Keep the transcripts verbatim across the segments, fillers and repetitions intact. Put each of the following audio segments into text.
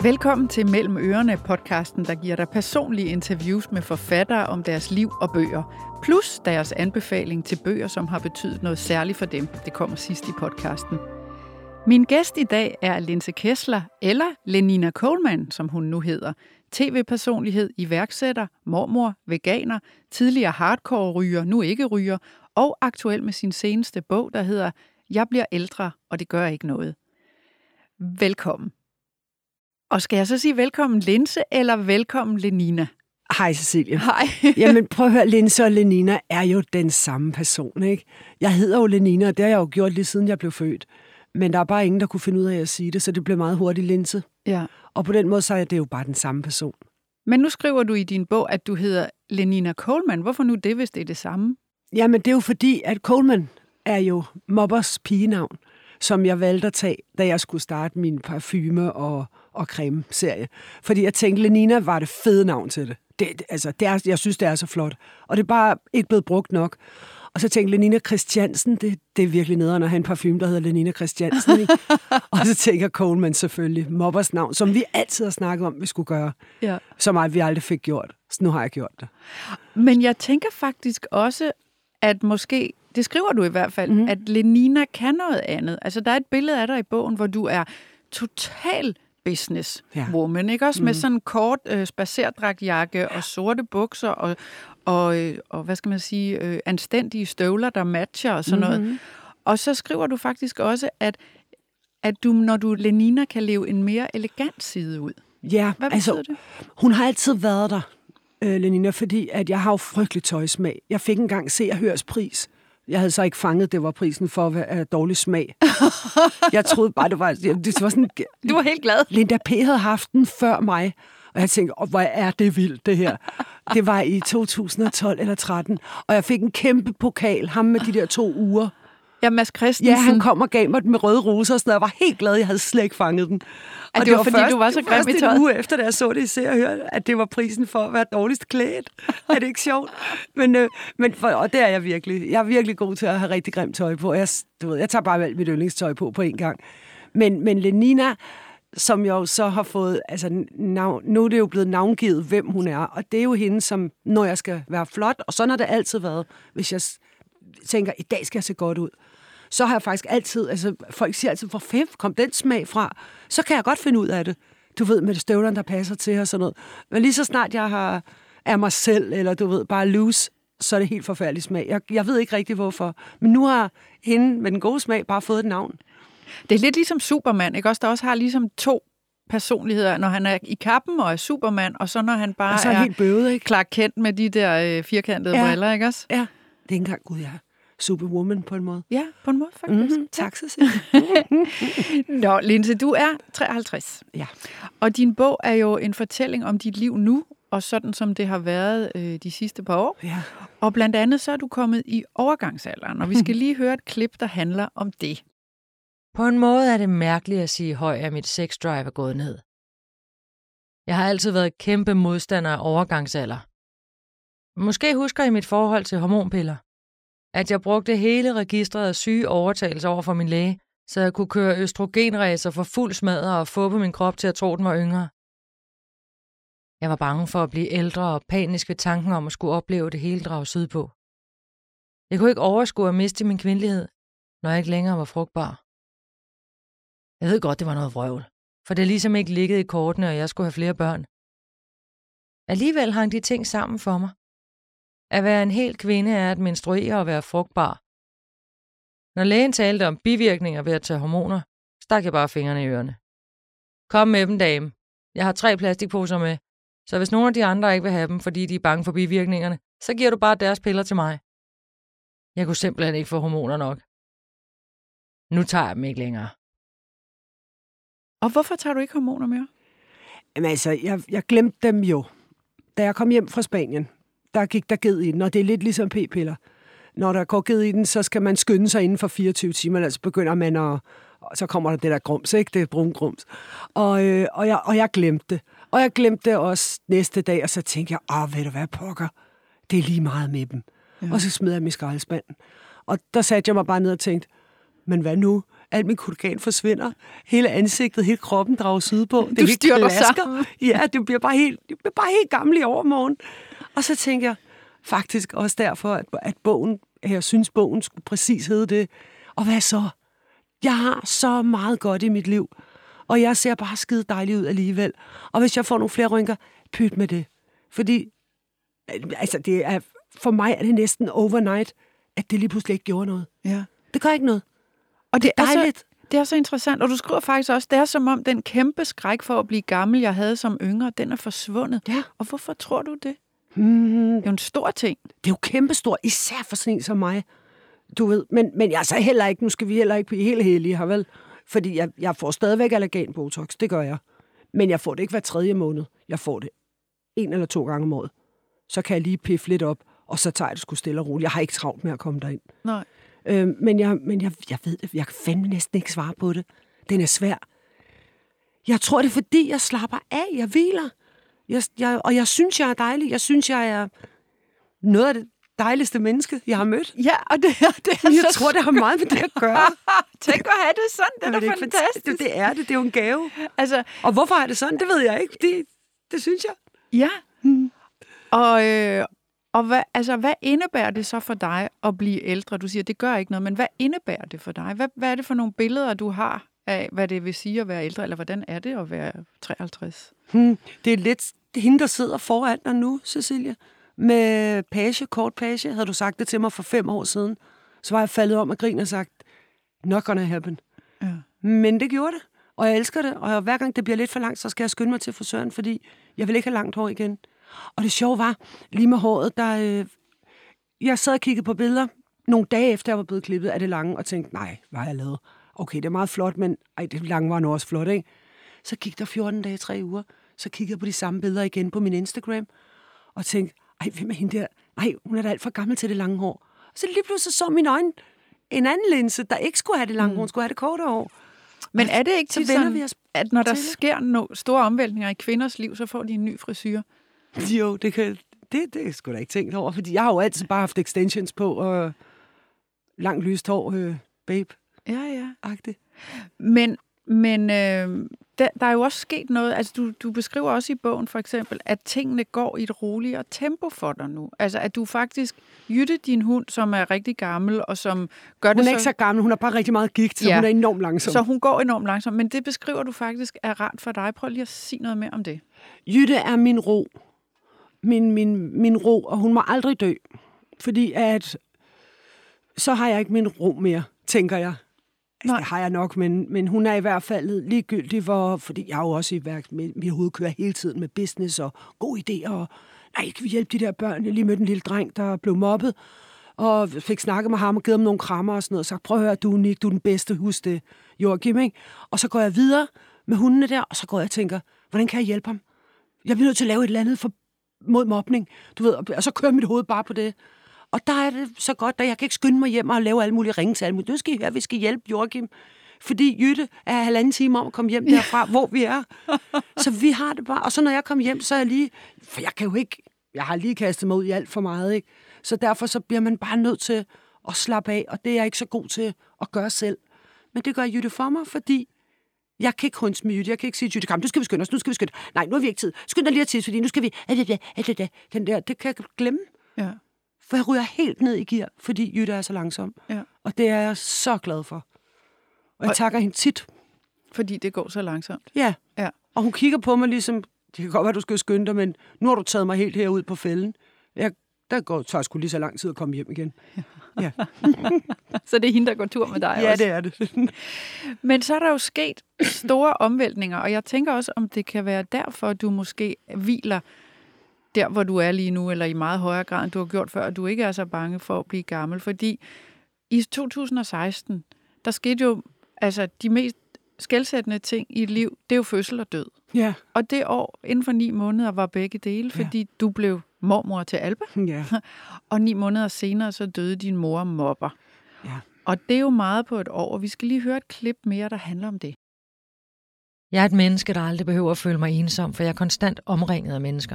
Velkommen til Mellem Ørerne, podcasten, der giver dig personlige interviews med forfattere om deres liv og bøger, plus deres anbefaling til bøger, som har betydet noget særligt for dem. Det kommer sidst i podcasten. Min gæst i dag er Linse Kessler, eller Lenina Coleman, som hun nu hedder. T V-personlighed, iværksætter, mormor, veganer, tidligere hardcore-ryger, nu ikke ryger, og aktuel med sin seneste bog, der hedder Jeg bliver ældre, og det gør ikke noget. Velkommen. Og skal jeg så sige velkommen Linse, eller velkommen Lenina? Hej Cecilie. Hej. Jamen prøv at høre, Linse og Lenina er jo den samme person, ikke? Jeg hedder jo Lenina, og det har jeg jo gjort lige siden jeg blev født. Men der er bare ingen, der kunne finde ud af at sige det, så det blev meget hurtigt Linse. Ja. Og på den måde, så er det jo bare den samme person. Men nu skriver du i din bog, at du hedder Lenina Coleman. Hvorfor nu det, hvis det er det samme? Jamen det er jo fordi, at Coleman er jo mobbers pigenavn, som jeg valgte at tage, da jeg skulle starte min parfume- og, og creme-serie. Fordi jeg tænkte, Lenina var det fede navn til det. det, altså, det er, jeg synes, det er så flot. Og det er bare ikke blevet brugt nok. Og så tænkte Lenina Christiansen, det, det er virkelig nederen at have en parfume, der hedder Lenina Christiansen. Ikke? Og så tænker Coleman selvfølgelig, mobbers navn, som vi altid har snakket om, vi skulle gøre. Ja. Så meget vi aldrig fik gjort. Så nu har jeg gjort det. Men jeg tænker faktisk også, at måske, det skriver du i hvert fald, mm-hmm. at Lenina kan noget andet. Altså, der er et billede af dig i bogen, hvor du er total businesswoman, ja. Ikke? Også mm-hmm. med sådan en kort øh, spacerdragtjakke og sorte bukser og, og, øh, og hvad skal man sige, øh, anstændige støvler, der matcher og sådan mm-hmm. noget. Og så skriver du faktisk også, at, at du, når du Lenina, kan leve en mere elegant side ud. Ja, hvad betyder altså, det? Hun har altid været der, øh, Lenina, fordi at jeg har jo frygtelig tøjsmag. Jeg fik engang Se og Hørs pris. Jeg havde så ikke fanget, det var prisen for at være dårlig smag. Jeg troede bare, det var, det var sådan... Du var helt glad. Linda P. havde haft den før mig, og jeg tænkte, oh, hvor er det vildt, det her. Det var i to tusind og tolv eller tretten, og jeg fik en kæmpe pokal, ham med de der to uger. Ja, Mads Christensen. Ja, han kom og gav mig den med røde roser, og sådan, jeg var helt glad, jeg havde slet ikke fanget den. Og det, det var, var fordi, først, du var så grim i tøjet? En uge efter, da jeg så det i Se og Hør, at det var prisen for at være dårligst klædt. Er det ikke sjovt? Men, øh, men for, og det er jeg virkelig. Jeg er virkelig god til at have rigtig grimt tøj på. Jeg, du ved, jeg tager bare alt mit yndlingstøj på på en gang. Men, men Lenina, som jeg jo så har fået, altså navn, nu er det jo blevet navngivet, hvem hun er. Og det er jo hende, som når jeg skal være flot, og sådan har det altid været, hvis jeg tænker, i dag skal jeg se godt ud. Så har jeg faktisk altid, altså folk siger altid, hvor fem kom den smag fra? Så kan jeg godt finde ud af det. Du ved, med det støvlerne, der passer til og sådan noget. Men lige så snart jeg har af mig selv, eller du ved, bare loose, så er det helt forfærdelig smag. Jeg, jeg ved ikke rigtig hvorfor. Men nu har hende med den gode smag bare fået et navn. Det er lidt ligesom Superman, ikke også? Der også har ligesom to personligheder, når han er i kappen og er Superman, og så når han bare og så er, er helt bøvet, ikke? Clark Kent med de der øh, firkantede ja. briller, ikke også? Ja, det er ikke engang, gud, jeg er Superwoman på en måde. Ja, på en måde faktisk. Mm-hmm. Tak, Cecilie. Nå, Linse, du er treoghalvtreds. Ja. Og din bog er jo en fortælling om dit liv nu, og sådan som det har været øh, de sidste par år. Ja. Og blandt andet så er du kommet i overgangsalderen, og vi skal lige høre et klip, der handler om det. På en måde er det mærkeligt at sige høj, at mit sexdrive er gået ned. Jeg har altid været kæmpe modstander af overgangsalder. Måske husker I mit forhold til hormonpiller. At jeg brugte hele registret af syge overtagelser over for min læge, så jeg kunne køre østrogenræser for fuld smadre og få på min krop til at tro, den var yngre. Jeg var bange for at blive ældre og panisk ved tanken om at skulle opleve det hele drage sydpå. Jeg kunne ikke overskue at miste min kvindelighed, når jeg ikke længere var frugtbar. Jeg ved godt, det var noget vrøvl, for det ligesom ikke ligget i kortene, og jeg skulle have flere børn. Alligevel hang de ting sammen for mig. At være en hel kvinde er at menstruere og være frugtbar. Når lægen talte om bivirkninger ved at tage hormoner, stak jeg bare fingrene i ørerne. Kom med dem, dame. Jeg har tre plastikposer med, så hvis nogen af de andre ikke vil have dem, fordi de er bange for bivirkningerne, så giver du bare deres piller til mig. Jeg kunne simpelthen ikke få hormoner nok. Nu tager jeg dem ikke længere. Og hvorfor tager du ikke hormoner mere? Jamen altså, jeg, jeg glemte dem jo. Da jeg kom hjem fra Spanien, der gik der ged i den, og det er lidt ligesom p-piller. Når der går ged i den, så skal man skynde sig inden for fireogtyve timer, altså begynder man at... Og så kommer der det der grums, ikke? Det er brun grums. Og, øh, og, jeg, og jeg glemte det. Og jeg glemte det også næste dag, og så tænkte jeg, åh, ved du hvad, pokker? Det er lige meget med dem. Ja. Og så smed jeg dem i skraldespanden. Og der satte jeg mig bare ned og tænkte, men hvad nu? alt min kollagen forsvinder, hele ansigtet, hele kroppen drages ud på. Du styrter sammen. Ja, det bliver bare helt, det bliver bare helt gammel i overmorgen. Og så tænker jeg faktisk også derfor, at, at bogen, jeg synes, bogen skulle præcis hedde det. Og hvad så? Jeg har så meget godt i mit liv, og jeg ser bare skide dejlig ud alligevel. Og hvis jeg får nogle flere rynker, pyt med det. Fordi, altså, det er, for mig er det næsten overnight, at det lige pludselig ikke gjorde noget. Ja. Det gør ikke noget. Og det, det er er dejligt. Så, det er så interessant, og du skriver faktisk også, det er som om den kæmpe skræk for at blive gammel, jeg havde som yngre, den er forsvundet. Ja. Og hvorfor tror du det? Hmm. Det er jo en stor ting. Det er jo kæmpestort, især for sådan en som mig. Du ved, men, men jeg så heller ikke, nu skal vi heller ikke blive helt heldige her, vel? Fordi jeg, jeg får stadigvæk allergen-botox, det gør jeg. Men jeg får det ikke hver tredje måned. Jeg får det en eller to gange om året. Så kan jeg lige piffe lidt op, og så tager jeg det sgu stille og roligt. Jeg har ikke travlt med at komme derind. Nej. Øh, men jeg, men jeg, jeg ved det, jeg kan fandme næsten ikke svare på det. Den er svær. Jeg tror, det er fordi, jeg slapper af, jeg hviler. Jeg, jeg, og jeg synes, jeg er dejlig. Jeg synes, jeg er noget af det dejligste menneske, jeg har mødt. Ja, og det, det er jeg så tror, det har meget med det at gøre. Tænk at have det sådan, det er da fantastisk. Det, det er det, det er jo en gave. Altså, og hvorfor er det sådan, det ved jeg ikke. Det, det synes jeg. Ja. Hmm. Og, øh, og hvad, altså, hvad indebærer det så for dig at blive ældre? Du siger, det gør ikke noget, men hvad indebærer det for dig? Hvad, hvad er det for nogle billeder, du har af, hvad det vil sige at være ældre, eller hvordan er det at være treoghalvtreds? Hmm. Det er lidt hende, der sidder foran dig nu, Cecilie. Med page, kort page, havde du sagt det til mig for fem år siden, så var jeg faldet om at grine og sagt, not gonna happen. Ja. Men det gjorde det, og jeg elsker det, og hver gang det bliver lidt for langt, så skal jeg skynde mig til frisøren, fordi jeg vil ikke have langt hår igen. Og det sjove var, lige med håret, der øh, jeg sad og kiggede på billeder, nogle dage efter jeg var blevet klippet af det lange, og tænkte, nej, hvad har jeg lavet? Okay, det er meget flot, men ej, det lange var nu også flot, ikke? Så gik der fjorten dage, tre uger, så kiggede jeg på de samme billeder igen på min Instagram, og tænkte, ej, hvem er hende der? Nej, hun er da alt for gammel til det lange hår. Og så lige pludselig så mine øjne en anden linse, der ikke skulle have det lange hår, hun skulle have det korte hår. Men er det ikke så tit sådan, vi at når der sker no- store omvæltninger i kvinders liv, så får de en ny frisyr? Jo, det kan det, det er sgu da ikke tænkt over, fordi jeg har jo altid bare haft extensions på, og langt lyst hår, øh, babe. Ja, ja. Agtigt. Men, men øh, der, der er jo også sket noget, altså du, du beskriver også i bogen for eksempel, at tingene går i et roligere tempo for dig nu. Altså at du faktisk, Jytte, din hund, som er rigtig gammel, og som gør hun det er så... ikke så gammel, hun har bare rigtig meget gigt, så ja. Hun er enormt langsom. Så hun går enormt langsomt, men det beskriver du faktisk er rart for dig. Prøv lige at sige noget mere om det. Jytte er min ro. Min, min, min ro, og hun må aldrig dø. Fordi at, så har jeg ikke min ro mere, tænker jeg. Altså, det har jeg nok, men, men hun er i hvert fald ligegyldig, for, fordi jeg er jo også i værk med, mit hoved kører hele tiden med business og gode idéer, og nej, kan vi hjælpe de der børn? Jeg lige mødte en lille dreng, der blev mobbet, og fik snakket med ham og givet ham nogle krammer og sådan noget, og sagt, prøv at høre, du er unik, du er den bedste, husk det, Joachim, ikke? Og så går jeg videre med hundene der, og så går jeg og tænker, hvordan kan jeg hjælpe ham? Jeg bliver nødt til at lave et eller andet for, mod mobning, du ved, og så kører mit hoved bare på det. Og der er det så godt, at jeg kan ikke skynde mig hjem og lave alle mulige ringe til alle mulige. Nu skal I høre, vi skal hjælpe Joachim. Fordi Jytte er halvanden time om at komme hjem derfra, hvor vi er. Så vi har det bare. Og så når jeg kommer hjem, så er jeg lige... For jeg kan jo ikke... Jeg har lige kastet mig ud i alt for meget, ikke? Så derfor så bliver man bare nødt til at slappe af. Og det er jeg ikke så god til at gøre selv. Men det gør Jytte for mig, fordi... Jeg kan ikke hunds med Jytte. Jeg kan ikke sige til Jytte, kom, nu skal vi skynde os, nu skal vi skynde. Nej, nu har vi ikke tid. Skynd dig lige at tid, fordi nu skal vi... Den der, det kan jeg glemme. Ja. For jeg ryger helt ned i gear, fordi Jytte er så langsom. Ja. Og det er jeg så glad for. Og jeg og, takker hende tit. Fordi det går så langsomt. Ja. Ja. Og hun kigger på mig ligesom, det kan godt være, du skal skynde dig, men nu har du taget mig helt herud på fælden. Jeg, der går, tager sgu lige så lang tid at komme hjem igen. Ja. Så det er hende, der går tur med dig ja, også? Ja, det er det. Men så er der jo sket store omvæltninger, og jeg tænker også, om det kan være derfor, du måske hviler der, hvor du er lige nu, eller i meget højere grad, end du har gjort før, at du ikke er så bange for at blive gammel. Fordi i to tusind og seksten, der skete jo altså de mest skelsættende ting i et liv, det er jo fødsel og død. Ja. Og det år, inden for ni måneder, var begge dele, fordi ja. Du blev mormor til Alba. Ja. Og ni måneder senere, så døde din mor mobber. Ja. Og det er jo meget på et år, og vi skal lige høre et klip mere, der handler om det. Jeg er et menneske, der aldrig behøver at føle mig ensom, for jeg er konstant omringet af mennesker.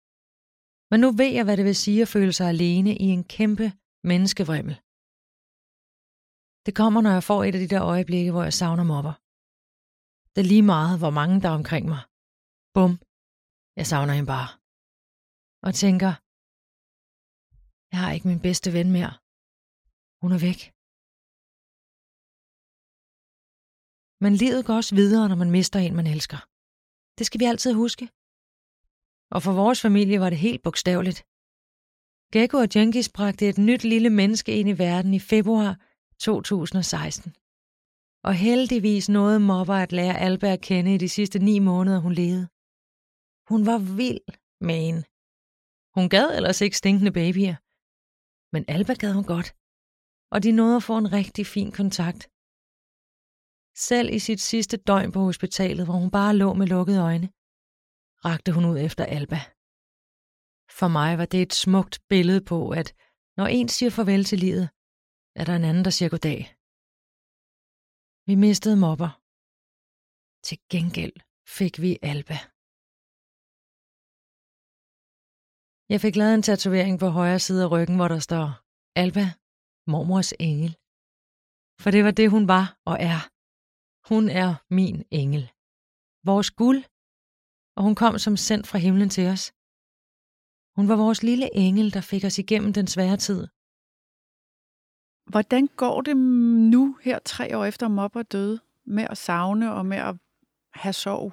Men nu ved jeg, hvad det vil sige at føle sig alene i en kæmpe menneskevrimmel. Det kommer, når jeg får et af de der øjeblikke, hvor jeg savner mobber. Det er lige meget, hvor mange der er omkring mig. Bum. Jeg savner hende bare. Og tænker, jeg har ikke min bedste ven mere. Hun er væk. Men livet går også videre, når man mister en, man elsker. Det skal vi altid huske. Og for vores familie var det helt bogstaveligt. Gekko og Djengis bragte et nyt lille menneske ind i verden i februar to tusind og seksten. Og heldigvis nåede mobber at lære Alba at kende i de sidste ni måneder, hun levede. Hun var vild med en. Hun gad ellers ikke stinkende babyer. Men Alba gad hun godt. Og de nåede at få en rigtig fin kontakt. Selv i sit sidste døgn på hospitalet, hvor hun bare lå med lukkede øjne, rakte hun ud efter Alba. For mig var det et smukt billede på, at når en siger farvel til livet, er der en anden, der siger goddag. Vi mistede mobber. Til gengæld fik vi Alba. Jeg fik lavet en tatovering på højre side af ryggen, hvor der står Alba, mormors engel. For det var det, hun var og er. Hun er min engel. Vores guld. Og hun kom som sendt fra himlen til os. Hun var vores lille engel, der fik os igennem den svære tid. Hvordan går det nu, her tre år efter mobber døde, med at savne og med at have sorg?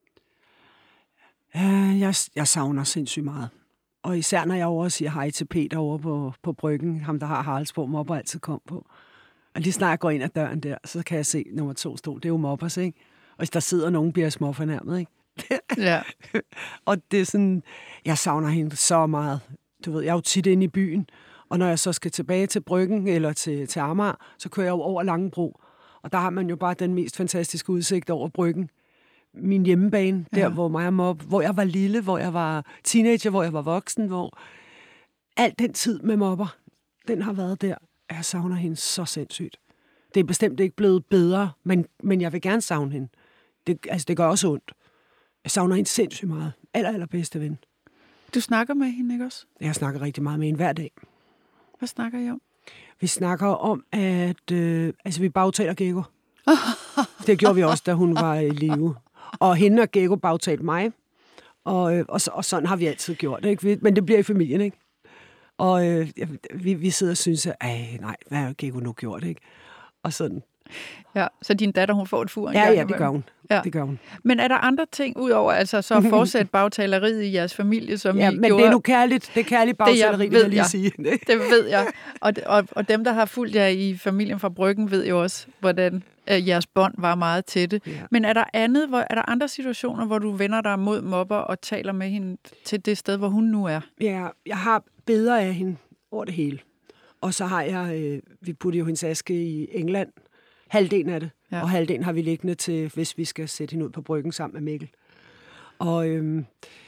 Uh, jeg, jeg savner sindssygt meget. Og især når jeg over og siger hej til Peter over på, på Bryggen, ham der har Haraldsborg, mobber altid kom på. Og lige snart jeg går ind ad døren der, så kan jeg se nummer to stol. Det er jo mobbers, ikke? Og hvis der sidder nogen, bliver jeg småfornærmet, ikke? Ja. Og det er sådan, jeg savner hende så meget. Du ved, jeg er jo tit inde i byen, og når jeg så skal tilbage til Bryggen eller til, til Amager, så kører jeg jo over Langebro. Og der har man jo bare den mest fantastiske udsigt over Bryggen. Min hjemmebane, der ja. hvor mig mob, hvor jeg var lille, hvor jeg var teenager, hvor jeg var voksen, hvor al den tid med mobber, den har været der. Jeg savner hende så sindssygt. Det er bestemt ikke blevet bedre, men, men jeg vil gerne savne hende. Det, altså, det gør også ondt. Jeg savner hende sindssygt meget. Aller, aller bedste ven. Du snakker med hende, ikke også? Jeg snakker rigtig meget med hende hver dag. Hvad snakker I om? Vi snakker om, at øh, altså, vi bagtaler Gekko. Det gjorde vi også, da hun var i live. Og hende og Gekko bagtalte mig. Og, øh, og, og sådan har vi altid gjort, ikke? Men det bliver i familien, ikke? Og øh, vi, vi sidder og synes, at nej, hvad har Gekko nu gjort, ikke? Og sådan. Ja, så din datter, hun får et fur en Ja, gang ja, det gør hun. Ja. Det gør hun. Men er der andre ting, udover altså så fortsat bagtaleriet i jeres familie, som ja, I men gjorde? det er nu kærligt. Det er kærligt bagtaleri, vil jeg lige sige. Det ved jeg. Og, og, og dem, der har fulgt jer i familien fra Bryggen, ved jo også, hvordan øh, jeres bånd var meget tætte. Ja. Men er der andet, hvor, er der andre situationer, hvor du vender dig mod mobber og taler med hende til det sted, hvor hun nu er? Ja, jeg har billeder af hende over det hele. Og så har jeg, øh, vi putter jo hendes aske i England, halvdelen af det, ja. Og halvdelen har vi liggende til, hvis vi skal sætte hende ud på Bryggen sammen med Mikkel. Og øhm,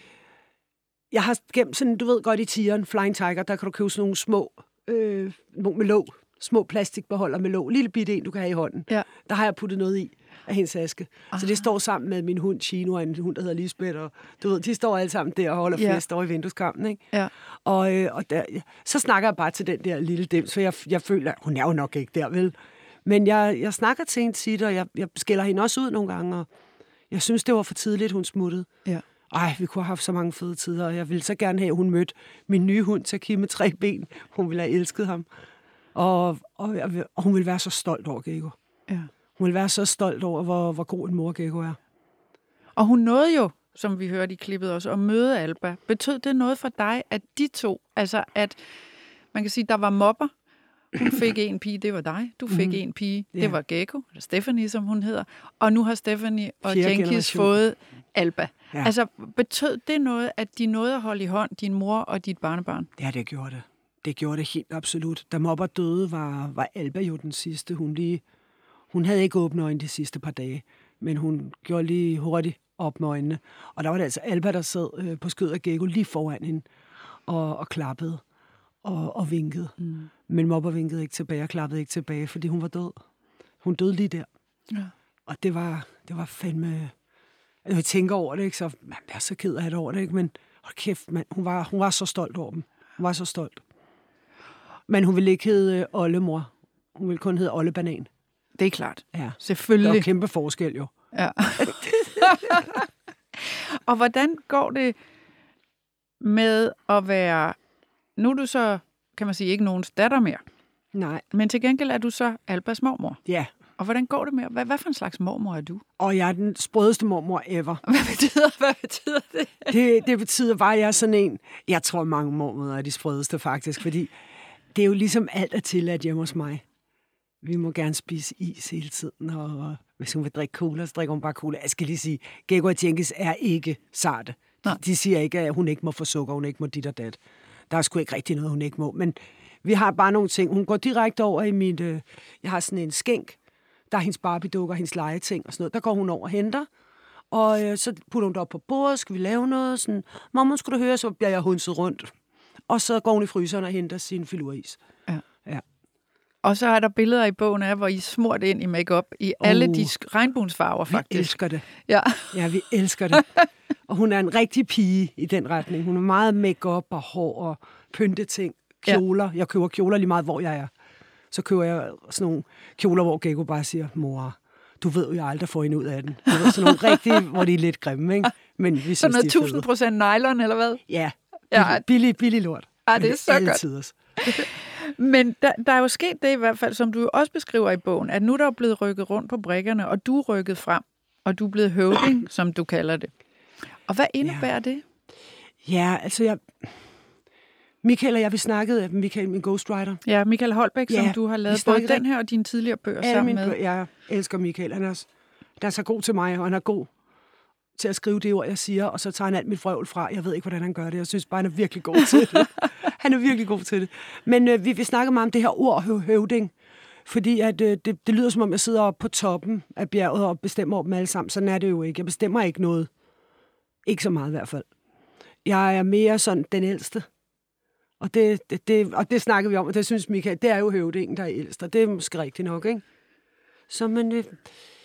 jeg har gemt sådan, du ved godt i Tigeren, Flying Tiger, der kan du købe sådan nogle små, øh, med låg, små plastikbeholder med låg, lille bitte en, du kan have i hånden. Ja. Der har jeg puttet noget i af hendes aske. Aha. Så det står sammen med min hund Chino og en hund, der hedder Lisbeth, og du ved, de står alle sammen der og holder ja. fest over i vindueskampen, ikke? Ja. Og, øh, og der, så snakker jeg bare til den der lille dims, for jeg, jeg føler, hun er jo nok ikke der, vel? Men jeg, jeg snakker til hende tit, og jeg, jeg skælder hende også ud nogle gange, og jeg synes, det var for tidligt, hun smuttede. Ja. Ej, vi kunne have haft så mange fede tider, og jeg ville så gerne have, at hun mødte min nye hund, Taki, med tre ben. Hun ville have elsket ham. Og, og, og hun ville være så stolt over Gekko. Ja. Hun ville være så stolt over, hvor, hvor god en mor Gekko er. Og hun nåede jo, som vi hørte i klippet også, at møde Alba. Betød det noget for dig, at de to, altså at man kan sige, der var mobber, hun fik en pige, det var dig. Du fik mm. en pige, det yeah. var Gekko, eller Stephanie, som hun hedder. Og nu har Stephanie og Djengis fået Alba. Ja. Altså, betød det noget, at de nåede at holde i hånd, din mor og dit barnebarn? Ja, det gjorde det. Det gjorde det helt absolut. Da mobber døde, var, var Alba jo den sidste. Hun, lige, hun havde ikke åbnet øjnene de sidste par dage, men hun gjorde lige hurtigt op med øjnene. Og der var det altså Alba, der sad øh, på skødet af Gekko lige foran hende og, og klappede og, og vinkede. Mm. Men mobber vinkede ikke tilbage og klappede ikke tilbage, fordi hun var død. Hun døde lige der. Ja. Og det var, det var fandme... Altså, jeg tænker over det, ikke? Så man er så ked af det over det, ikke? Men hold kæft, man, hun, var, hun var så stolt over dem. Hun var så stolt. Men hun ville ikke hedde oldemor. Hun ville kun hedde Olle Banan. Det er klart. Ja. Selvfølgelig. Der er kæmpe forskel jo. Ja. Og hvordan går det med at være... Nu er du så, kan man sige, ikke nogens datter mere. Nej. Men til gengæld er du så Albas mormor. Ja. Og hvordan går det med... Hvad, hvad for en slags mormor er du? Og jeg er den sprødeste mormor ever. Hvad betyder, hvad betyder det? det? Det betyder bare, at jeg er sådan en... Jeg tror, mange mormødre er de sprødeste faktisk, fordi det er jo ligesom alt er tilladt hjemme hos mig. Vi må gerne spise is hele tiden, og hvis hun vil drikke cola, så drikker hun bare cola. Jeg skal lige sige, Gekko og Djengis er ikke sarte. De, de siger ikke, at hun ikke må få sukker, hun ikke må dit og dat. Der er sgu ikke rigtig noget, hun ikke må. Men vi har bare nogle ting. Hun går direkte over i mit... Øh, jeg har sådan en skænk. Der er hendes Barbie-dukker, hendes legeting og sådan noget. Der går hun over og henter. Og øh, så putter hun det op på bordet. Skal vi lave noget? Sådan, mamma, skulle du høre? Så bliver jeg hundset rundt. Og så går hun i fryseren og henter sin filuris. Ja. Ja. Og så er der billeder i bogen af, hvor I er smurt ind i makeup i Oh. alle de regnbuens farver, faktisk. Vi elsker det. Ja. Ja, vi elsker det. Og hun er en rigtig pige i den retning. Hun er meget make-up og hår og pynteting, kjoler. Ja. Jeg køber kjoler lige meget, hvor jeg er. Så køber jeg sådan nogle kjoler, hvor Gekko bare siger, mor, du ved jo, jeg aldrig får en ud af den. Det er sådan nogle rigtige, hvor de er lidt grimme, ikke? Men vi synes, sådan noget de er fede. tusind procent nylon, eller hvad? Ja, Ja. billig, billig, billig lort. Ja, det er så godt. Tiders. Men der, der er jo sket det i hvert fald, som du jo også beskriver i bogen, at nu der er blevet rykket rundt på brikkerne, og du er rykket frem, og du er blevet høvding, som du kalder det. Og hvad indebærer ja. det? Ja, altså jeg... Michael og jeg, vi snakkede, Michael, min ghostwriter. Ja, Michael Holbæk, ja, som du har lavet både den her og dine tidligere bøger ja, sammen med. Jeg elsker Michael. Han er, han er så god til mig, og han er god til at skrive det ord, jeg siger, og så tager han alt mit vrøvl fra. Jeg ved ikke, hvordan han gør det. Jeg synes bare, han er virkelig god til det. Han er virkelig god til det. Men øh, vi, vi snakker meget om det her ord høv, høvding, fordi at, øh, det, det lyder som om, jeg sidder oppe på toppen af bjerget og bestemmer over dem alle sammen. Sådan er det jo ikke. Jeg bestemmer ikke noget. Ikke så meget i hvert fald. Jeg er mere sådan den ældste. Og det, det, det, og det snakker vi om, og det synes Michael, det er jo høvdingen, der er ældst, og det er måske rigtigt nok, ikke? Så men... Øh,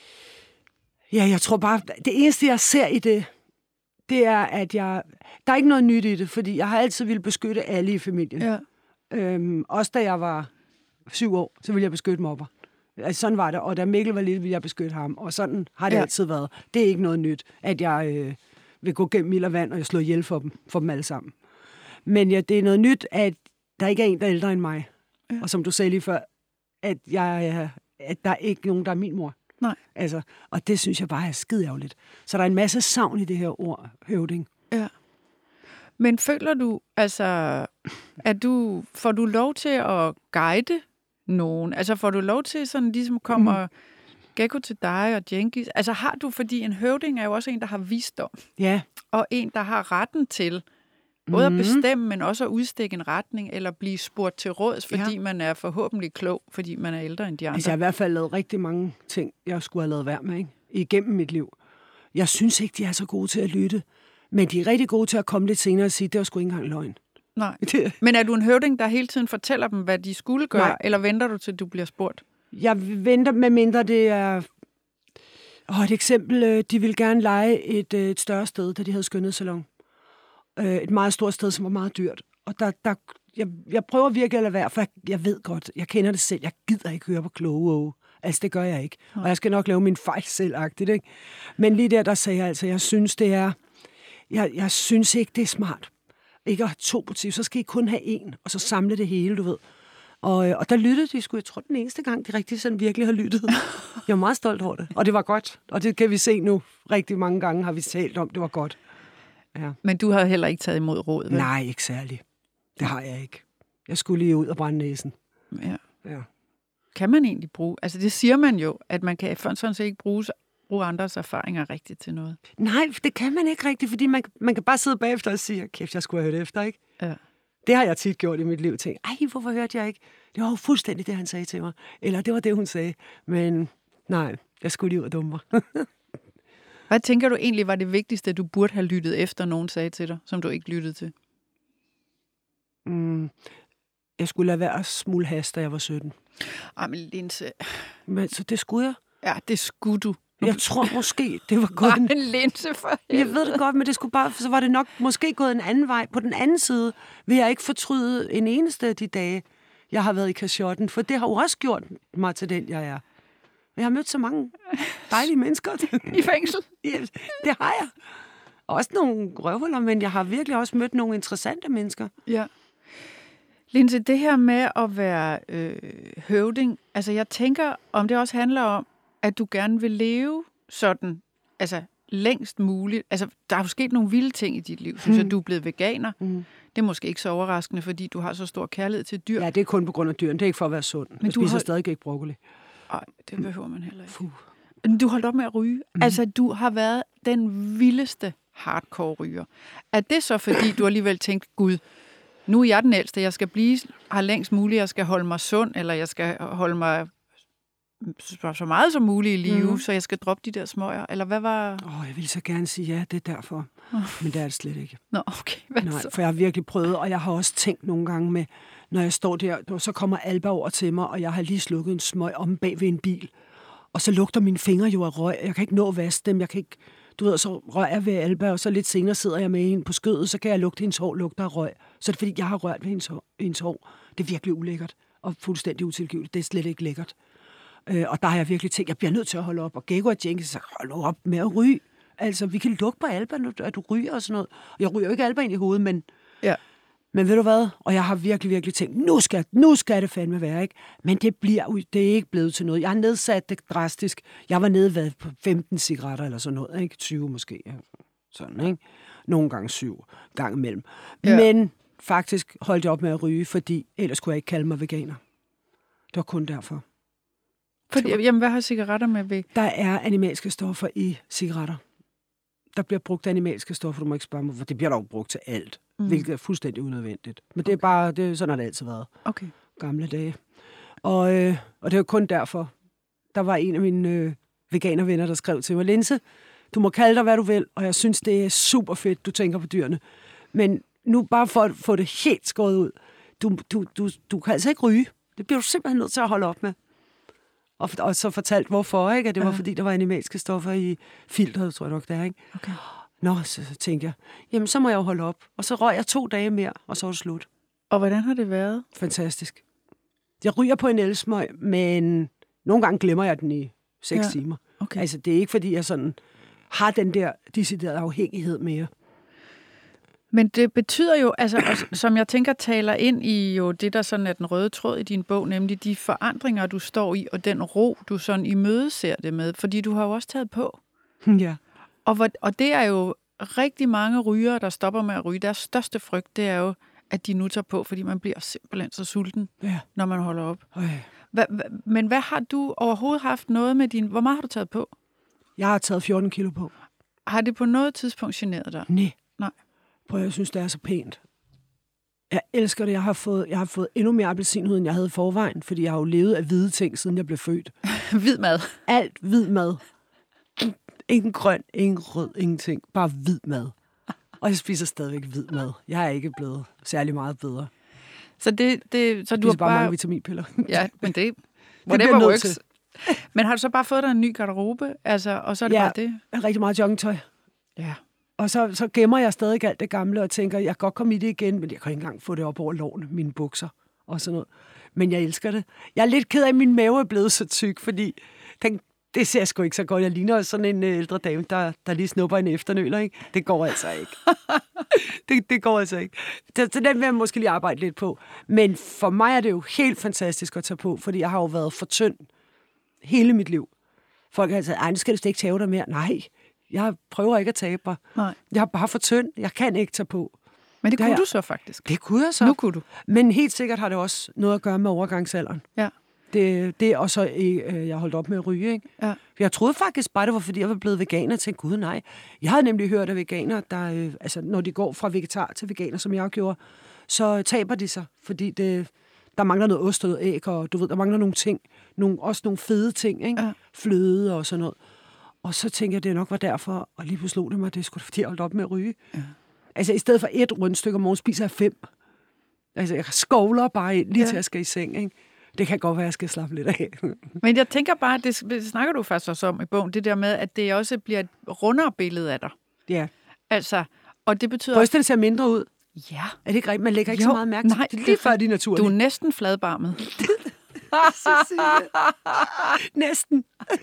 ja, jeg tror bare, det eneste, jeg ser i det, det er, at jeg... Der er ikke noget nyt i det, fordi jeg har altid ville beskytte alle i familien. Ja. Øhm, også da jeg var syv år, så ville jeg beskytte mobber. Altså, sådan var det, og da Mikkel var lille, ville jeg beskytte ham, og sådan har det ja. altid været. Det er ikke noget nyt, at jeg øh, vil gå gennem ild og vand, og jeg slår ihjel for dem, for dem alle sammen. Men ja, det er noget nyt, at der ikke er en, der er ældre end mig. Ja. Og som du sagde lige før, at, jeg, at der er ikke nogen, der er min mor. Nej. Altså, og det synes jeg bare er skideærgerligt. Så der er en masse savn i det her ord, høvding. Ja. Men føler du, altså, at du, får du lov til at guide nogen? Altså, får du lov til sådan, ligesom kommer mm. Gekko til dig og Djengis? Altså, har du, fordi en høvding er jo også en, der har visdom. Ja. Og en, der har retten til både mm. at bestemme, men også at udstikke en retning, eller blive spurgt til råds, fordi ja. man er forhåbentlig klog, fordi man er ældre end de andre. Altså, jeg har i hvert fald lavet rigtig mange ting, jeg skulle have lavet værd med, ikke? Igennem mit liv. Jeg synes ikke, de er så gode til at lytte, men de er rigtig gode til at komme lidt senere og sige, det var sgu ikke engang løgn. Nej. Men er du en høvding, der hele tiden fortæller dem, hvad de skulle gøre, Nej. eller venter du til, du bliver spurgt? Jeg venter, med mindre det er... Åh, et eksempel, de ville gerne lege et, et større sted, da de havde skønhedssalon. Et meget stort sted, som var meget dyrt. Og der, der, jeg, jeg prøver virkelig at lade være, for jeg, jeg ved godt, jeg kender det selv, jeg gider ikke høre på kloge. Altså, det gør jeg ikke. Nej. Og jeg skal nok lave min fejl selvagtigt, ikke? Men lige der, der sagde jeg altså, jeg synes, det er... Jeg, jeg synes ikke, det er smart. Ikke at have to butikker, så skal I kun have en, og så samle det hele, du ved. Og, og der lyttede de sgu, jeg tror, den eneste gang, de rigtig sådan virkelig har lyttet. Jeg er meget stolt over det, og det var godt. Og det kan vi se nu. Rigtig mange gange har vi talt om, det var godt. Ja. Men du har heller ikke taget imod råd, vel? Nej, ikke særlig. Det har jeg ikke. Jeg skulle lige ud og brænde næsen. Ja. Ja. Kan man egentlig bruge... Altså, det siger man jo, at man kan sådan set ikke bruge, bruge andres erfaringer rigtigt til noget. Nej, det kan man ikke rigtigt, fordi man, man kan bare sidde bagefter og sige, kæft, jeg skulle have hørt efter, ikke? Ja. Det har jeg tit gjort i mit liv. Tænkt, ej, hvorfor hørte jeg ikke? Det var jo fuldstændig det, han sagde til mig. Eller det var det, hun sagde. Men nej, jeg skulle lige ud og dumme mig. Hvad tænker du egentlig var det vigtigste, du burde have lyttet efter, nogen sagde til dig, som du ikke lyttede til? Mm, jeg skulle lade være at smule has, da jeg var sytten. Ej, men Linse... Men så det skulle jeg. Ja, det skulle du. Jeg tror måske, det var godt. Nej, Linse for helvede. Jeg ved det godt, men det skulle bare, så var det nok måske gået en anden vej. På den anden side vil jeg ikke fortryde en eneste af de dage, jeg har været i kashotten, for det har jo også gjort mig til den, jeg er. Jeg har mødt så mange dejlige mennesker. I fængsel? Ja, det har jeg. Også nogle røvhuller, men jeg har virkelig også mødt nogle interessante mennesker. Ja. Linse, det her med at være øh, høvding, altså jeg tænker, om det også handler om, at du gerne vil leve sådan, altså længst muligt. Altså, der er jo sket nogle vilde ting i dit liv, synes jeg. Du er blevet veganer. Mm. Det er måske ikke så overraskende, fordi du har så stor kærlighed til dyr. Ja, det er kun på grund af dyrene. Det er ikke for at være sund. Men jeg spiser hold... stadig ikke broccoli. Nej, det behøver man heller ikke. Fuh. Du holdt op med at ryge. Mm. Altså, du har været den vildeste hardcore ryger. Er det så, fordi du alligevel tænkt, gud, nu er jeg den ældste, jeg skal blive, har længst muligt, jeg skal holde mig sund, eller jeg skal holde mig så meget som muligt i live, mm. så jeg skal droppe de der smøger, eller hvad var... Åh, oh, jeg ville så gerne sige ja, det er derfor. Oh. Men det er det slet ikke. Nå, okay. Hvad Nej, så? For jeg har virkelig prøvet, og jeg har også tænkt nogle gange med, når jeg står der, så kommer Alba over til mig, og jeg har lige slukket en smøg om bag ved en bil, og så lugter mine fingre jo af røg. Jeg kan ikke nå at vaske dem, jeg kan ikke... Du ved, så rører jeg ved Alba, og så lidt senere sidder jeg med hende på skødet, så kan jeg lugte hendes hår, lugter af røg. Så er det fordi, jeg har rørt ved hendes hår. Hendes hår. Det er virkelig ulækkert, og fuldstændig utilgiveligt. Det er slet ikke lækkert. Øh, og der har jeg virkelig tænkt, jeg bliver nødt til at holde op. Og Gego og Jenkins sagde, hold op med at ryge. Altså, vi kan lugte på Alba, når du ryger og sådan noget. Jeg ryger jo ikke Alba ind i hovedet, men... Ja. Men ved du hvad? Og jeg har virkelig, virkelig tænkt, nu skal, nu skal det fandme være, ikke? Men det, bliver, det er ikke blevet til noget. Jeg har nedsat det drastisk. Jeg var nede hvad, på femten cigaretter eller sådan noget, ikke? tyve måske. Sådan, ikke? Nogle gange syv gang imellem. Ja. Men faktisk holdt jeg op med at ryge, fordi ellers kunne jeg ikke kalde mig veganer. Det var kun derfor. Fordi, jamen, hvad har cigaretter med ved? Der er animalske stoffer i cigaretter. Der bliver brugt animalske stoffer, du må ikke spørge mig, for det bliver dog brugt til alt. Mm. Hvilket er fuldstændig unødvendigt. Men okay. det er bare, det er, sådan har det altid været. Okay. Gamle dage. Og, øh, og det er jo kun derfor. Der var en af mine øh, veganervenner, der skrev til mig, Linse, du må kalde dig, hvad du vil, og jeg synes, det er super fedt, du tænker på dyrene. Men nu bare for at få det helt skåret ud. Du, du, du, du kan altså ikke ryge. Det bliver du simpelthen nødt til at holde op med. Og, og så fortalt, hvorfor, ikke? At det var, ja. fordi der var animalske stoffer i filteret, tror jeg nok, der, ikke? Okay. Nå, så, så tænkte jeg, jamen så må jeg jo holde op. Og så røg jeg to dage mere, og så var det slut. Og hvordan har det været? Fantastisk. Jeg ryger på en elsmøg, men nogle gange glemmer jeg den i seks ja. timer. Okay. Altså, det er ikke, fordi jeg sådan har den der deciderede afhængighed mere. Men det betyder jo, altså, som jeg tænker, taler ind i jo det, der sådan er den røde tråd i din bog, nemlig de forandringer, du står i, og den ro, du sådan imødeser det med, fordi du har jo også taget på. Ja. Og, og det er jo rigtig mange rygere, der stopper med at ryge. Deres største frygt, det er jo, at de nu tager på, fordi man bliver simpelthen så sulten, ja. når man holder op. Hva, hva, men hvad har du overhovedet haft noget med din... Hvor meget har du taget på? Jeg har taget fjorten kilo på. Har det på noget tidspunkt generet dig? Nej. Nej. Prøv, jeg synes, det er så pænt. Jeg elsker det. Jeg har fået, jeg har fået endnu mere appelsinhud, end jeg havde i forvejen, fordi jeg har jo levet af hvide ting, siden jeg blev født. Hvid mad? Alt hvid mad. Ingen grøn, ingen rød, ingenting. Bare hvid mad. Og jeg spiser stadigvæk hvid mad. Jeg er ikke blevet særlig meget bedre. Så det, det så jeg du har bare bare mange vitaminpiller. Ja, men det whatever works. Til. Men har du så bare fået dig en ny garderobe? Altså, og så er det ja, bare det? Ja, rigtig meget joggingtøj. Ja. Og så, så gemmer jeg stadig alt det gamle og tænker, jeg kan godt komme i det igen, men jeg kan ikke engang få det op over lårene, mine bukser og sådan noget. Men jeg elsker det. Jeg er lidt ked af, at min mave er blevet så tyk, fordi den, det ser sgu ikke så godt. Jeg ligner sådan en ældre dame, der, der lige snupper en efternøler, ikke? Det går altså ikke. det, det går altså ikke. Så, så den vil jeg måske lige arbejde lidt på. Men for mig er det jo helt fantastisk at tage på, fordi jeg har jo været for tynd hele mit liv. Folk har sagt, ej, nu skal du slet ikke tage dig mere. Nej, jeg prøver ikke at tabe mig. Nej. Jeg er bare for tynd. Jeg kan ikke tage på. Men det, det kunne jeg... du så faktisk. Det kunne jeg så. Nu kunne du. Men helt sikkert har det også noget at gøre med overgangsalderen. Ja. Det, det er også, øh, jeg holdt op med at ryge, ikke? Ja. Jeg troede faktisk bare, det var, fordi jeg var blevet veganer, og tænkte, gud nej. Jeg havde nemlig hørt af veganer, der, øh, altså, når de går fra vegetar til veganer, som jeg gjorde, så taber de sig, fordi det, der mangler noget ost og æg, og du ved, der mangler nogle ting, nogle, også nogle fede ting, ikke? Ja. Fløde og sådan noget. Og så tænkte jeg, det nok var derfor, og lige pludselig slog det mig, det skulle fordi jeg holdt op med at ryge. Ja. Altså, i stedet for et rundstykke om morgen, spiser jeg fem. Altså, jeg skovler bare ind, lige ja. til jeg skal i seng, ikke? Det kan godt være, at jeg skal slappe lidt af. Men jeg tænker bare, det, det snakker du faktisk også om i bogen, det der med, at det også bliver et rundere billede af dig. Ja. Altså, og det betyder... Brysterne ser mindre ud. Ja. Er det ikke rigtigt? Man lægger ikke Jo, så meget mærke til nej, det. Lige før de er naturlige. Du er næsten fladbarmet. Næsten.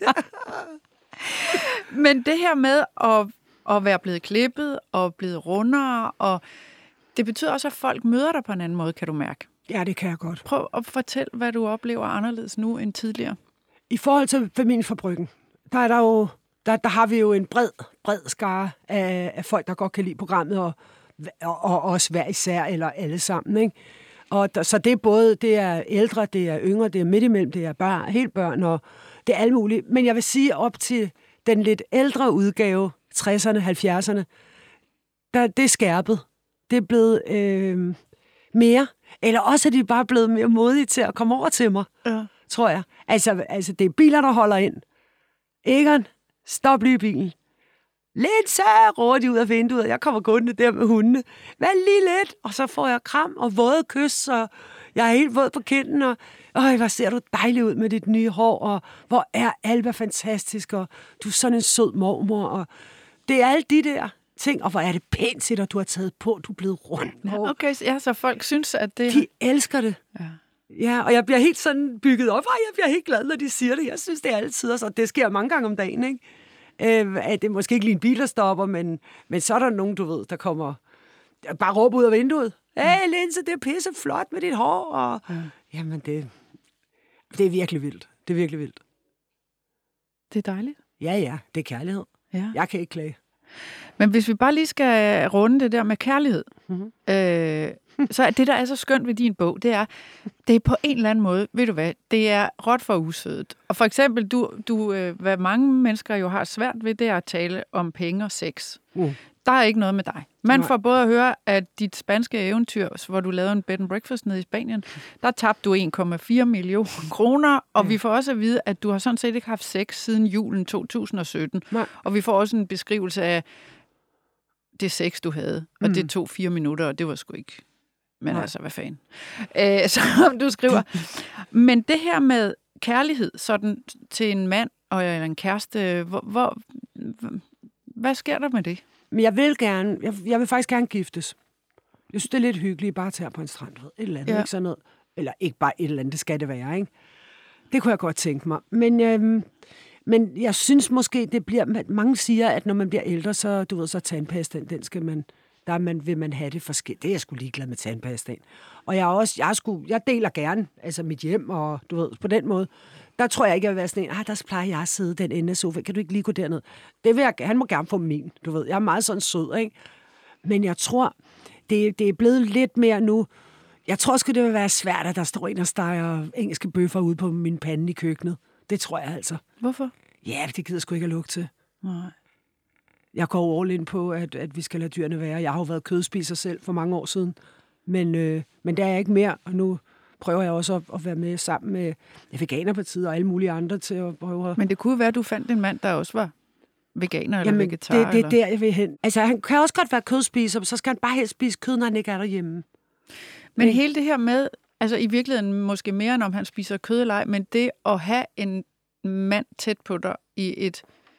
Men det her med at, at være blevet klippet og blevet rundere, og det betyder også, at folk møder dig på en anden måde, kan du mærke. Ja, det kan jeg godt. Prøv at fortælle, hvad du oplever anderledes nu end tidligere. I forhold til familien fra Bryggen, der er der jo, der, der har vi jo en bred, bred skare af, af folk, der godt kan lide programmet, og, og, og også hver især, eller alle sammen, ikke? Og der, så det er både, det er ældre, det er yngre, det er midt imellem, det er børn, helt børn, og det er alt muligt. Men jeg vil sige, op til den lidt ældre udgave, tresserne, halvfjerdserne, der, det er skærpet. Det er blevet øh, mere. Eller også er de bare blevet mere modige til at komme over til mig, ja. Tror jeg. Altså, altså, det er biler, der holder ind. Egon, stop lige bilen. Lidt så råber de ud af vinduet. Jeg kommer gående der med hundene. Vær lige lidt. Og så får jeg kram og våde kys, og jeg er helt våd på kinden. Og øj, hvor ser du dejlig ud med dit nye hår, og hvor er Alba fantastisk, og du er sådan en sød mormor. Og det er alle de der ting, og hvor er det pænt til dig, du har taget på, du er blevet rund. Ja, okay, ja, så folk synes, at det... De elsker det. Ja. Ja, og jeg bliver helt sådan bygget op, og jeg bliver helt glad, når de siger det. Jeg synes, det er altid, og så det sker mange gange om dagen, ikke? Øh, at det er måske ikke lige en bil, der stopper, men, men så er der nogen, du ved, der kommer bare råber ud af vinduet. Hey, Linse, det er pisse flot med dit hår. Og, ja. Jamen, det, det er virkelig vildt. Det er virkelig vildt. Det er dejligt. Ja, ja, det er kærlighed. Ja. Jeg kan ikke klage. Men hvis vi bare lige skal runde det der med kærlighed, mm-hmm. øh, så er det, der er så skønt ved din bog, det er, det er på en eller anden måde, ved du hvad, det er råt for usødet. Og for eksempel, du, du, øh, hvad mange mennesker jo har svært ved, det er at tale om penge og sex. Mm. Der er ikke noget med dig. Man får både at høre, at dit spanske eventyr, hvor du lavede en bed and breakfast nede i Spanien, der tabte du en komma fire millioner kroner, og mm. vi får også at vide, at du har sådan set ikke haft sex siden julen to tusind og sytten. Nej. Og vi får også en beskrivelse af det sex, du havde, og mm. det tog fire minutter, og det var sgu ikke... Men Nej. altså, hvad fanden? Æh, som du skriver. Men det her med kærlighed, sådan til en mand og en kæreste, hvor, hvor, hvad sker der med det? Men jeg vil gerne, jeg, jeg vil faktisk gerne giftes. Jeg synes, det er lidt hyggeligt bare at tage på en strand, et eller andet, ja. Ikke sådan noget. Eller ikke bare et eller andet, det skal det være, ikke? Det kunne jeg godt tænke mig. Men, øhm, men jeg synes måske, det bliver, mange siger, at når man bliver ældre, så, du ved, så tandpastaen, den skal man, der man, vil man have det forskelligt. Det er jeg sgu ligeglad med tandpastaen. Og jeg er også, jeg, er sgu, jeg deler gerne, altså mit hjem, og du ved, på den måde. Der tror jeg ikke, jeg vil være sådan en, ah, der plejer jeg at sidde den ende af sofaen. Kan du ikke lige gå derned? Det vil jeg, han må gerne få min, du ved. Jeg er meget sådan sød, ikke? Men jeg tror, det, det er blevet lidt mere nu. Jeg tror sgu, det vil være svært, at der står en og steger engelske bøffer ude på min pande i køkkenet. Det tror jeg altså. Hvorfor? Ja, det gider sgu ikke at lugte til. Nej. Jeg går all in på, at, at vi skal lade dyrene være. Jeg har jo været kødspiser selv for mange år siden. Men, øh, men der er jeg ikke mere, og nu prøver jeg også at, at være med sammen med Veganerpartiet og alle mulige andre til at prøve. Men det kunne være, at du fandt en mand, der også var veganer eller Jamen, vegetar. det, det eller? er der, jeg vil hen. Altså, han kan også godt være kødspiser, så skal han bare helst spise kød, når han ikke er derhjemme. Men okay. Hele det her med, altså i virkeligheden måske mere, end om han spiser kød eller ej, men det at have en mand tæt på dig i, et,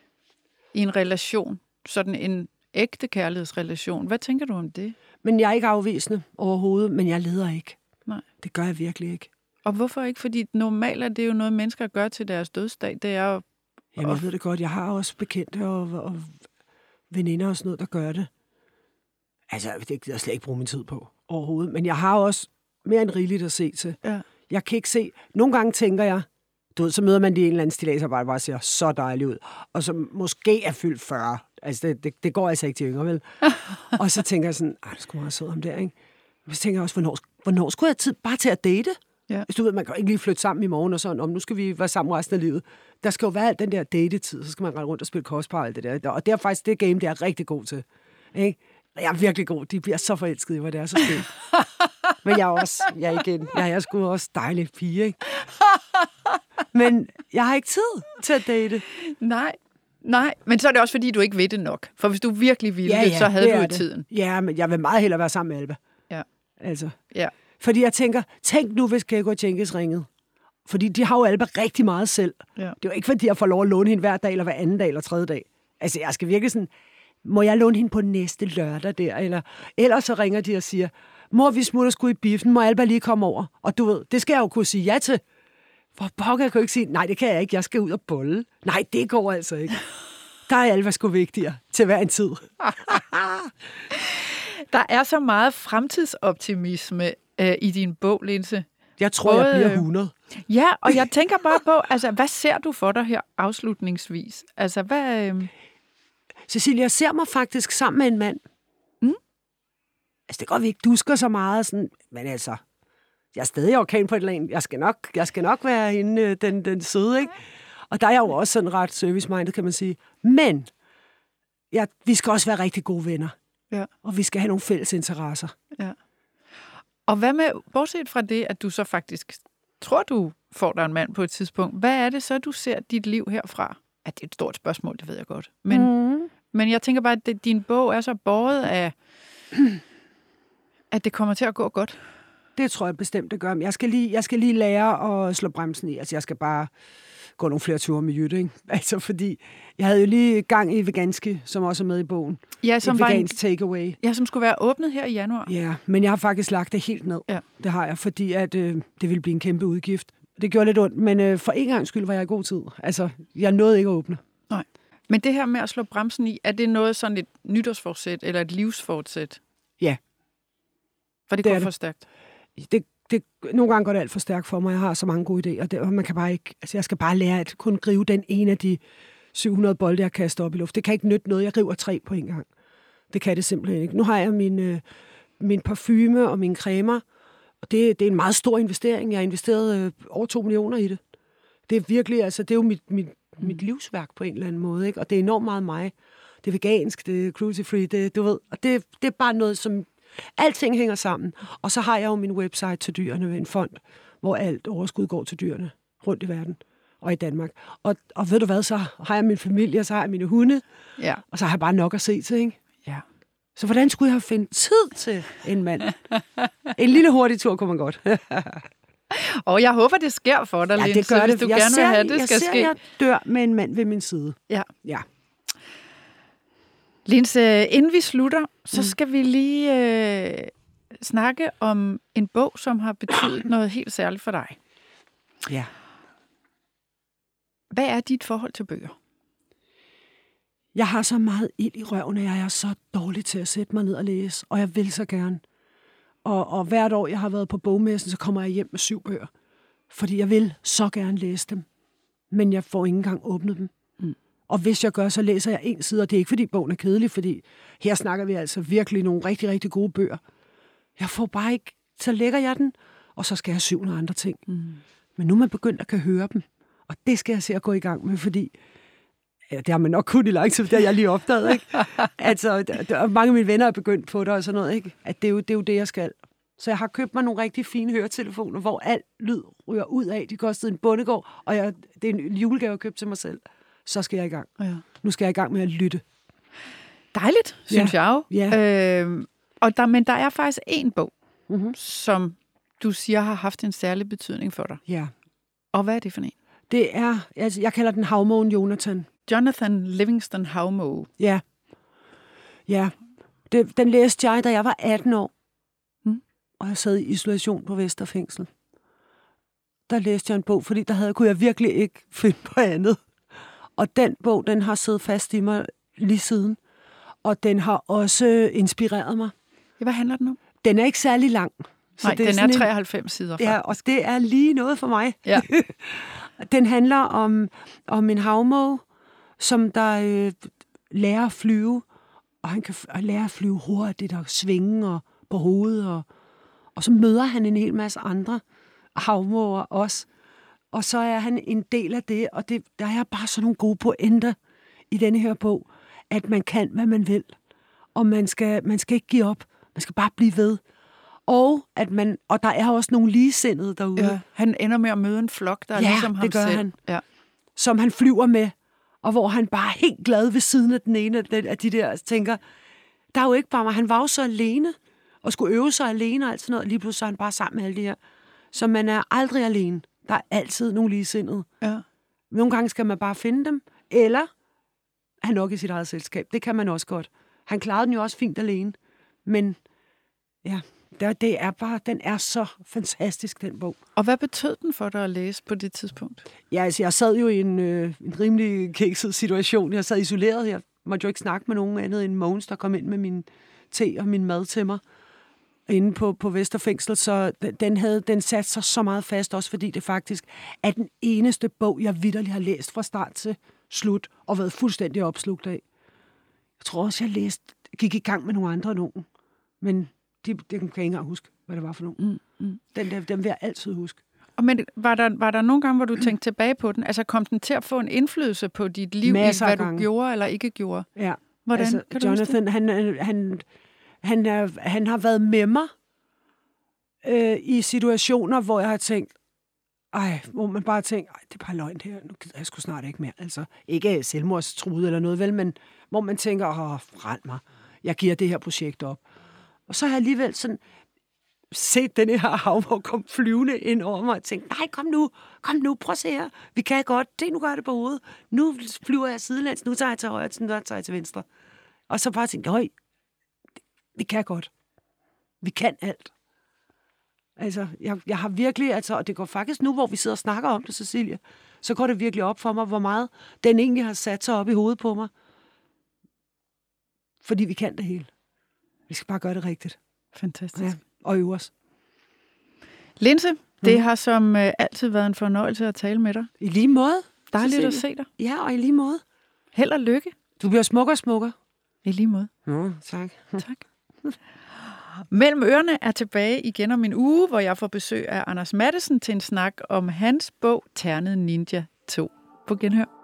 i en relation, sådan en ægte kærlighedsrelation. Hvad tænker du om det? Men jeg er ikke afvisende overhovedet, men jeg leder ikke. Nej. Det gør jeg virkelig ikke. Og hvorfor ikke? Fordi normalt er det jo noget, mennesker gør til deres dødsdag. Det er jo... Jamen, jeg ved det godt. Jeg har også bekendte og, og veninder og sådan noget, der gør det. Altså, det gider jeg slet ikke bruge min tid på overhovedet. Men jeg har også mere end rigeligt at se til. Ja. Jeg kan ikke se... Nogle gange tænker jeg, du ved, så møder man de en eller anden stilladsarbejde, bare ser så dejligt ud. Og så måske er fyldt fyrre. Altså, det, det, det går altså ikke til yngre, vel? Og så tænker jeg sådan, ej, det skulle være sød om der, ikke? Men så tænker jeg også, hvornår, hvornår skulle jeg have tid bare til at date? Ja. Hvis du ved, man kan ikke lige flytte sammen i morgen og sådan, om nu skal vi være sammen resten af livet. Der skal jo være den der datetid, så skal man rende rundt og spille kostpar og alt det der. Og det er faktisk det game, det er rigtig god til. Ikke? Jeg er virkelig god. De bliver så forelskede i, hvor det er så skægt. Men jeg er også, jeg er igen, jeg er sgu også dejlig pige, ikke? Men jeg har ikke tid til at date. Nej. Nej, men så er det også, fordi du ikke ved det nok. For hvis du virkelig ville ja, ja, det, så havde du jo tiden. Ja, men jeg vil meget hellere være sammen med Alba. Ja. Altså. Ja. Fordi jeg tænker, tænk nu, hvis Kæk og Tjenkes ringede. Fordi de har jo Alba rigtig meget selv. Ja. Det er jo ikke, fordi jeg får lov at låne hende hver dag, eller hver anden dag, eller tredje dag. Altså, jeg skal virkelig sådan må jeg låne hende på næste lørdag der? Eller, ellers så ringer de og siger, mor, vi smutter sgu i biffen, må Alba lige komme over? Og du ved, det skal jeg jo kunne sige ja til. For pokker, jeg kan jo ikke sige, nej, det kan jeg ikke, jeg skal ud og bolle. Nej, det går altså ikke. Der er Alba sgu vigtigere til hver en tid. Der er så meget fremtidsoptimisme øh, i din bog, Linse. Jeg tror, Både, jeg bliver hundrede. Ja, og jeg tænker bare på, altså, hvad ser du for dig her afslutningsvis? Altså, hvad... Øh... Cecilia, jeg ser mig faktisk sammen med en mand. Mm? Altså, det går vi ikke dusker så meget, sådan, men altså, jeg er stadig orkan på et eller andet. Jeg skal nok, jeg skal nok være hende, den, den søde, ikke? Og der er jeg jo også sådan ret service-minded, kan man sige. Men ja, vi skal også være rigtig gode venner. Ja. Og vi skal have nogle fælles interesser. Ja. Og hvad med, bortset fra det, at du så faktisk tror, du får dig en mand på et tidspunkt, hvad er det så, du ser dit liv herfra? Ja, det er et stort spørgsmål, det ved jeg godt. Men, mm. men jeg tænker bare, at det, din bog er så båret af, at det kommer til at gå godt. Det tror jeg bestemt, det gør. Men jeg skal lige, jeg skal lige lære at slå bremsen i. Altså, jeg skal bare gå nogle flere ture med Jytte, ikke? Altså, fordi jeg havde jo lige gang i Veganski, som også er med i bogen. Ja, som et var vegansk takeaway. Ja, som skulle være åbnet her i januar. Ja, men jeg har faktisk lagt det helt ned. Ja. Det har jeg, fordi at, øh, det ville blive en kæmpe udgift. Det gjorde lidt ondt, men øh, for en gang skyld var jeg i god tid. Altså, jeg nåede ikke at åbne. Nej. Men det her med at slå bremsen i, er det noget sådan et nytårsforsæt eller et livsforsæt? Ja. For det, det går for stærkt? Det, det, nogle gange går det alt for stærkt for mig. Jeg har så mange gode idéer. Det, man kan bare ikke, altså jeg skal bare lære at kun gribe den ene af de syv hundrede bolde, jeg kaster op i luft. Det kan ikke nytte noget. Jeg river tre på en gang. Det kan det simpelthen ikke. Nu har jeg min, øh, min parfume og mine cremer, og det, det er en meget stor investering. Jeg har investeret øh, over to millioner i det. Det er virkelig, altså det er jo mit, mit, mit livsværk på en eller anden måde, ikke? Og det er enormt meget mig. Det er vegansk, det er cruelty-free, det, du ved. Og det, det er bare noget, som... Alting hænger sammen. Og så har jeg jo min website til dyrene ved en fond, hvor alt overskud går til dyrene rundt i verden og i Danmark. Og, og ved du hvad, så har jeg min familie, og så har jeg mine hunde, ja. Og så har jeg bare nok at se til, ikke? Ja. Så hvordan skulle jeg have fundet tid til en mand? En lille hurtig tur kunne man godt. Og jeg håber, det sker for dig, ja, Linse, det gør hvis det. du jeg gerne ser, vil have, det jeg skal ser, ske. Jeg dør med en mand ved min side. Ja. Ja. Linse, inden vi slutter, så skal mm. vi lige øh, snakke om en bog, som har betydet noget helt særligt for dig. Ja. Hvad er dit forhold til bøger? Jeg har så meget ild i røven, at jeg er så dårlig til at sætte mig ned og læse, og jeg vil så gerne. Og, og hvert år, jeg har været på bogmessen, så kommer jeg hjem med syv bøger. Fordi jeg vil så gerne læse dem, men jeg får ikke engang åbnet dem. Mm. Og hvis jeg gør, så læser jeg en side, og det er ikke, fordi bogen er kedelig, fordi her snakker vi altså virkelig nogle rigtig, rigtig gode bøger. Jeg får bare ikke, så lægger jeg den, og så skal jeg have syv andre ting. Mm. Men nu er man begyndt at kan høre dem, og det skal jeg se at gå i gang med, fordi ja, det har man nok kun i lang tid, det har jeg lige opdaget, ikke? Altså, der, der, mange af mine venner er begyndt på det og sådan noget, ikke? At det er, jo, det er jo det, jeg skal. Så jeg har købt mig nogle rigtig fine høretelefoner, hvor alt lyd ryger ud af. De kostede en bondegård, og jeg, det er en julegave, jeg købt til mig selv. Så skal jeg i gang. Ja. Nu skal jeg i gang med at lytte. Dejligt, synes ja. jeg jo. Ja. Øh, og der, men der er faktisk en bog, mm-hmm. som du siger har haft en særlig betydning for dig. Ja. Og hvad er det for en? Det er, altså, jeg kalder den Havmågen Jonathan. Jonathan Livingston Havmåge. Ja. Ja. Det, den læste jeg, da jeg var atten år. Mm. Og jeg sad i isolation på Vesterfængsel. Der læste jeg en bog, fordi der havde, kunne jeg virkelig ikke finde på andet. Og den bog, den har siddet fast i mig lige siden. Og den har også inspireret mig. Hvad handler den om? Den er ikke særlig lang. Så Nej, det er den er treoghalvfems sider faktisk. Ja, og det er lige noget for mig. Ja. Den handler om, om en havmåge, som der øh, lærer at flyve. Og han kan lære at flyve hurtigt og svinge og på hovedet. Og, og så møder han en hel masse andre havmåger også. Og så er han en del af det, og det, der er bare sådan nogle gode pointer i denne her bog, at man kan, hvad man vil. Og man skal, man skal ikke give op. Man skal bare blive ved. Og, at man, og der er også nogle ligesindede derude. Ja, han ender med at møde en flok, der er ja, ligesom ham det gør selv. Han. Ja. Som han flyver med, og hvor han bare er helt glad ved siden af den ene af de der, tænker, der er jo ikke bare mig. Han var jo så alene, og skulle øve sig alene og alt sådan noget, og lige pludselig er han bare sammen med alle de her. Så man er aldrig alene. Der er altid nogle ligesindede. Ja. Nogle gange skal man bare finde dem, eller er nok i sit eget selskab. Det kan man også godt. Han klarede den jo også fint alene. Men ja, det er bare, den er så fantastisk, den bog. Og hvad betød den for dig at læse på det tidspunkt? Ja, altså jeg sad jo i en, øh, en rimelig kikset situation. Jeg sad isoleret. Jeg måtte jo ikke snakke med nogen andet end Mogens, der kom ind med min te og min mad til mig inde på, på Vesterfængsel. Så den, havde, den satte sig så meget fast, også fordi det faktisk er den eneste bog, jeg vitterligt har læst fra start til slut og været fuldstændig opslugt af. Jeg tror også, jeg læste, gik i gang med nogle andre nogen. Men de, de kan jeg ikke engang huske, hvad det var for nogen. Mm, mm. Den, der, den vil jeg altid huske. Og men var der, var der nogle gange, hvor du tænkte tilbage på den? Altså kom den til at få en indflydelse på dit liv, i hvad du gjorde eller ikke gjorde? Ja. Hvordan? Altså, kan du Jonathan, han, han, han, er, han har været med mig øh, i situationer, hvor jeg har tænkt, ej, hvor man bare tænker, ej, det er bare løgn her, nu gider jeg sgu snart ikke mere. Altså, ikke selvmordstruet eller noget, vel, men hvor man tænker, åh, rend mig, jeg giver det her projekt op. Og så har jeg alligevel sådan set den her havmor komme flyvende ind over mig og tænkt, nej, kom nu, kom nu, prøv at se her, vi kan godt, det nu gør det på hovedet. Nu flyver jeg sidelæns, nu tager jeg til højre, nu tager jeg til venstre. Og så bare tænkte, høj, vi kan godt. Vi kan alt. Altså, jeg, jeg har virkelig, altså, og det går faktisk nu, hvor vi sidder og snakker om det, Cecilie, så går det virkelig op for mig, hvor meget den egentlig har sat sig op i hovedet på mig. Fordi vi kan det hele. Vi skal bare gøre det rigtigt. Fantastisk. Ja, og øve os. Linse, det har som øh, altid været en fornøjelse at tale med dig. I lige måde. Dejligt at se dig. Ja, og i lige måde. Held og lykke. Du bliver smukkere og smukkere. I lige måde. Nå, tak. Tak. Mellem ørerne er tilbage igen om en uge, hvor jeg får besøg af Anders Matthesen til en snak om hans bog Ternet Ninja to. På genhør.